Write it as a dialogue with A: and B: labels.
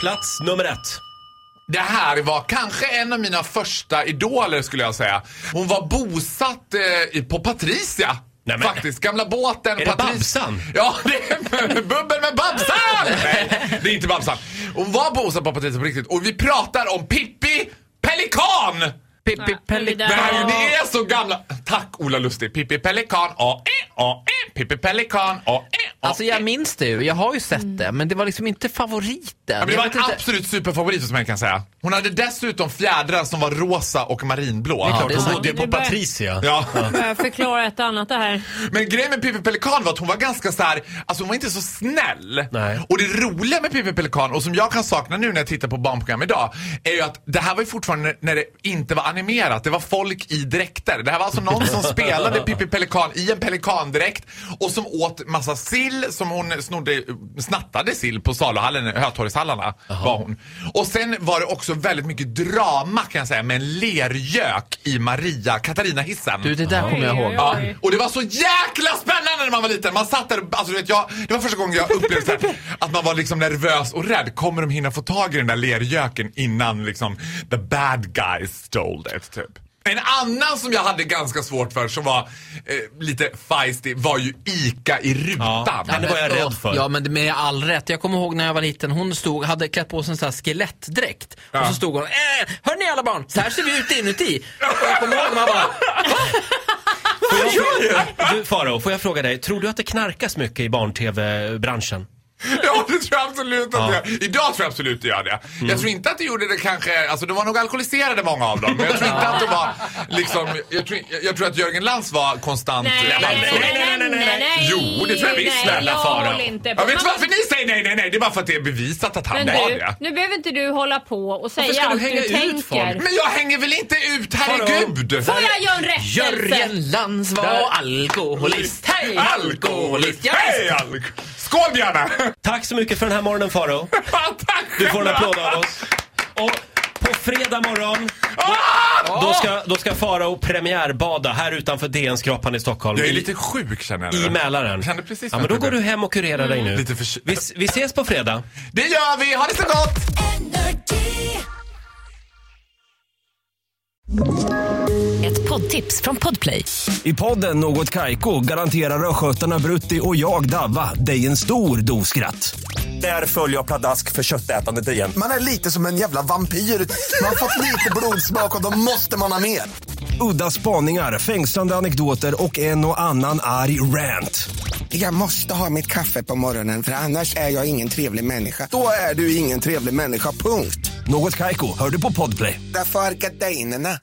A: Plats nummer 1.
B: Det här var kanske en av mina första idoler, skulle jag säga. Hon var bosatt på Patricia.
A: Nej,
B: faktiskt, gamla båten.
A: Är det Babsan?
B: Ja, det är bubbel med Babsan! Nej, det är inte Babsan. Hon var bosatt på Patricia på riktigt. Och vi pratar om Pippi Pelikan.
C: Pippi Pelikan.
B: Det är så gamla. Tack Ola Lustig. Pippi Pelikan. Pippi Pelikan.
D: Alltså jag minns det ju. Jag har ju sett det. Men det var liksom inte favoriten.
B: Ja, men det var en absolut superfavorit som jag kan säga. Hon hade dessutom fjädrar som var rosa och marinblå.
A: Det är klart,
D: det är
A: hon bodde ju på
C: Det bör-
A: Patricia.
B: Ja.
C: Jag förklarar ett annat det här.
B: Men grejen med Pippi Pelikan var att hon var ganska så här, alltså hon var inte så snäll.
A: Nej.
B: Och det roliga med Pippi Pelikan, och som jag kan sakna nu när jag tittar på barnprogram idag, är ju att det här var ju fortfarande när det inte var animerat. Det var folk i dräkter. Det här var alltså någon som spelade Pippi Pelikan i en pelikandräkt och som åt massa sill som hon snattade sill på saluhallen, Hötorgshallarna var hon. Och sen var det också väldigt mycket drama, kan jag säga, med en lergök i Katarina-hissen.
D: Du, det där kommer jag ihåg.
B: Ja, och det var så jäkla spännande när man var liten. Man satt där, alltså du vet, det var första gången jag upplevde så här, att man var liksom nervös och rädd. Kommer de hinna få tag i den där lergöken innan liksom the bad guys stole it, typ. En annan som jag hade ganska svårt för, som var lite feisty, var ju Ica i rutan.
A: Ja, det var jag rädd för.
D: Ja, men med all rätt. Jag kommer ihåg när jag var liten. Hon hade klätt på sig en sån här skelettdräkt. Och så stod hon, hör ni alla barn, så här ser vi ut inuti. Och jag kommer ihåg, man bara...
A: Du Faro, får jag fråga dig, tror du att det knarkas mycket i barn-tv-branschen?
B: Ja, det tror jag absolut att jag. Idag tror jag absolut det gör det. Jag tror inte att det gjorde det kanske, alltså de var nog alkoholiserade många av dem. Men jag tror inte att det var liksom, jag tror att Jörgen Lantz var konstant.
C: Nej.
B: Jo, det tror jag visst.
A: Snälla Faro.
B: Jag vet inte varför ni säger nej. Det är bara för att det är bevisat att han
C: Men
B: var
C: du,
B: det.
C: nu behöver inte du hålla på och säga
A: ska du
C: allt
A: hänga
C: du
A: ut
C: tänker.
A: folk?
B: Men jag hänger väl inte ut, herregud.
C: Får jag göra en rättelse?
D: Jörgen Lantz var alkoholist. Hej, alkoholist. Ja,
B: Hej, skål Björna.
A: Tack så mycket för den här morgonen, Faro.
B: Tack.
A: Du får en applåd av oss. Och på fredag morgon då ska Faro premiärbada här utanför DN-skrapan i Stockholm.
B: Jag är lite sjuk, känner jag.
A: I Mälaren.
B: Jag kände precis.
A: Ja, men då går du hem och kurerar dig nu.
B: Lite
A: Vi ses på fredag.
B: Det gör vi. Ha det så gott.
E: Ett poddtips från Podplay.
F: I podden Något Kaiko garanterar röskötarna Brutti och jag Davva dig en stor doskratt. Där följer jag pladask för köttätandet igen.
G: Man är lite som en jävla vampyr. Man har fått lite blodsmak och då måste man ha mer.
F: Udda spaningar, fängslande anekdoter och en och annan arg rant.
G: Jag måste ha mitt kaffe på morgonen för annars är jag ingen trevlig människa. Då är du ingen trevlig människa, punkt.
F: Något Kaiko, hör du på Podplay.
G: Därför är gardinerna.